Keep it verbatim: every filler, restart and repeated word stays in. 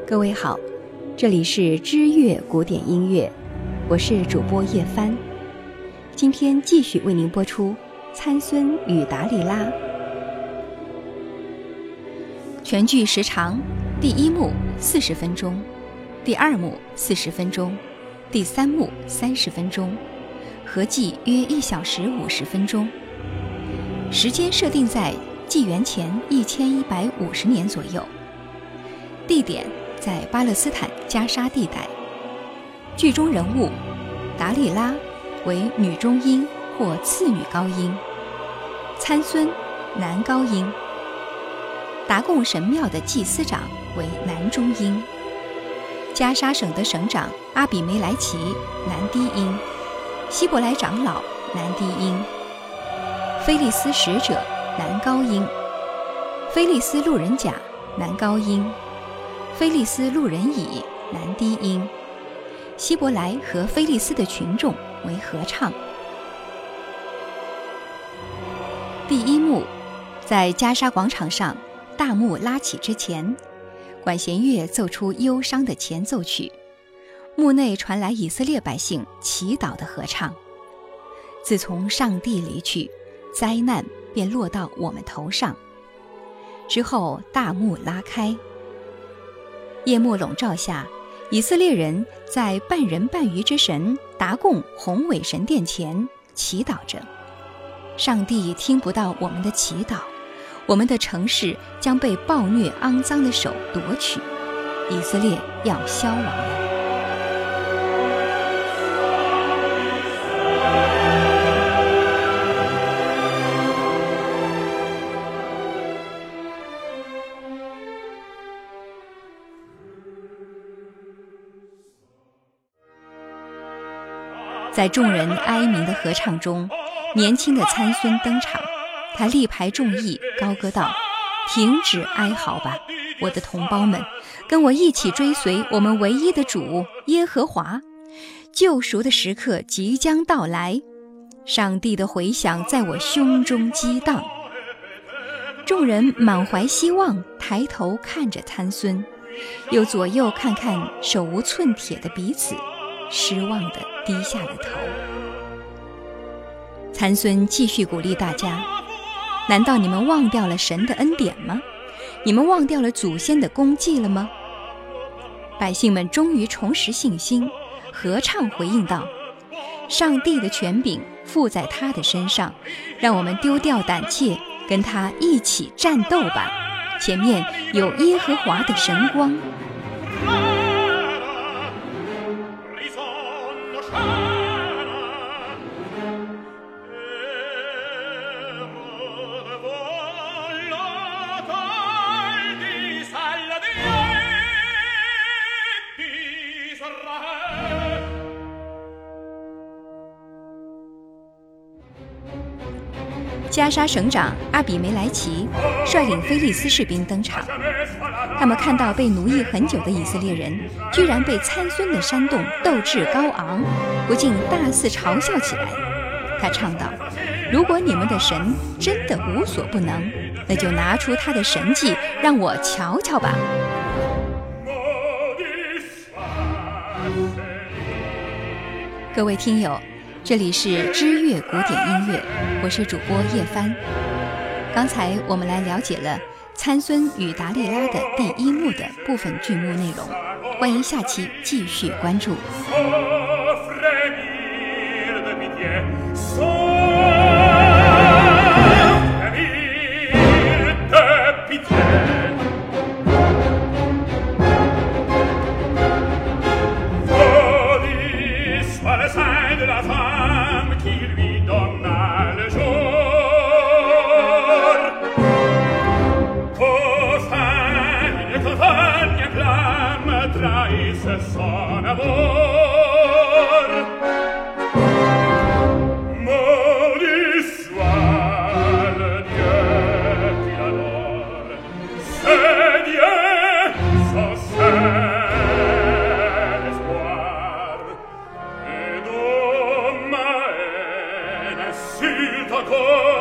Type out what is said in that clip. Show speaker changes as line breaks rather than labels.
各位好，这里是知乐古典音乐，我是主播叶帆。今天继续为您播出参孙与达利拉。全剧时长，第一幕四十分钟，第二幕四十分钟，第三幕三十分钟，合计约一小时五十分钟。时间设定在纪元前一千一百五十年左右，地点在巴勒斯坦加沙地带。剧中人物达利拉为女中音或次女高音，参孙男高音，达贡神庙的祭司长为男中音，加沙省的省长阿比梅莱奇男低音，希伯来长老男低音，菲利斯使者男高音，菲利斯路人甲男高音，菲利斯路人乙男低音，希伯来和菲利斯的群众为合唱。第一幕，在加沙广场上，大幕拉起之前，管弦乐奏出忧伤的前奏曲，幕内传来以色列百姓祈祷的合唱。自从上帝离去，灾难便落到我们头上。之后大幕拉开，夜幕笼罩下，以色列人在半人半鱼之神达贡宏伟神殿前祈祷着。上帝听不到我们的祈祷，我们的城市将被暴虐肮脏的手夺取，以色列要消亡了。在众人哀鸣的合唱中，年轻的参孙登场，他力排众议，高歌道：停止哀嚎吧，我的同胞们，跟我一起追随我们唯一的主耶和华。救赎的时刻即将到来，上帝的回响在我胸中激荡。众人满怀希望，抬头看着参孙，又左右看看手无寸铁的彼此，失望地低下了头。参孙继续鼓励大家：难道你们忘掉了神的恩典吗？你们忘掉了祖先的功绩了吗？百姓们终于重拾信心，合唱回应道：上帝的权柄附在他的身上，让我们丢掉胆怯，跟他一起战斗吧，前面有耶和华的神光。加沙省长阿比梅莱奇率领菲利斯士兵登场，他们看到被奴役很久的以色列人居然被参孙的煽动斗志高昂，不禁大肆嘲笑起来。他唱道：如果你们的神真的无所不能，那就拿出他的神迹让我瞧瞧吧。各位听友，这里是知乐古典音乐，我是主播叶帆。刚才我们来了解了参孙与达利拉的第一幕的部分剧目内容，欢迎下期继续关注。
Son amor, maudit soit le Dieu qui l'adore, c'est Dieu son seul espoir, et d'homme ma haine insulte encore.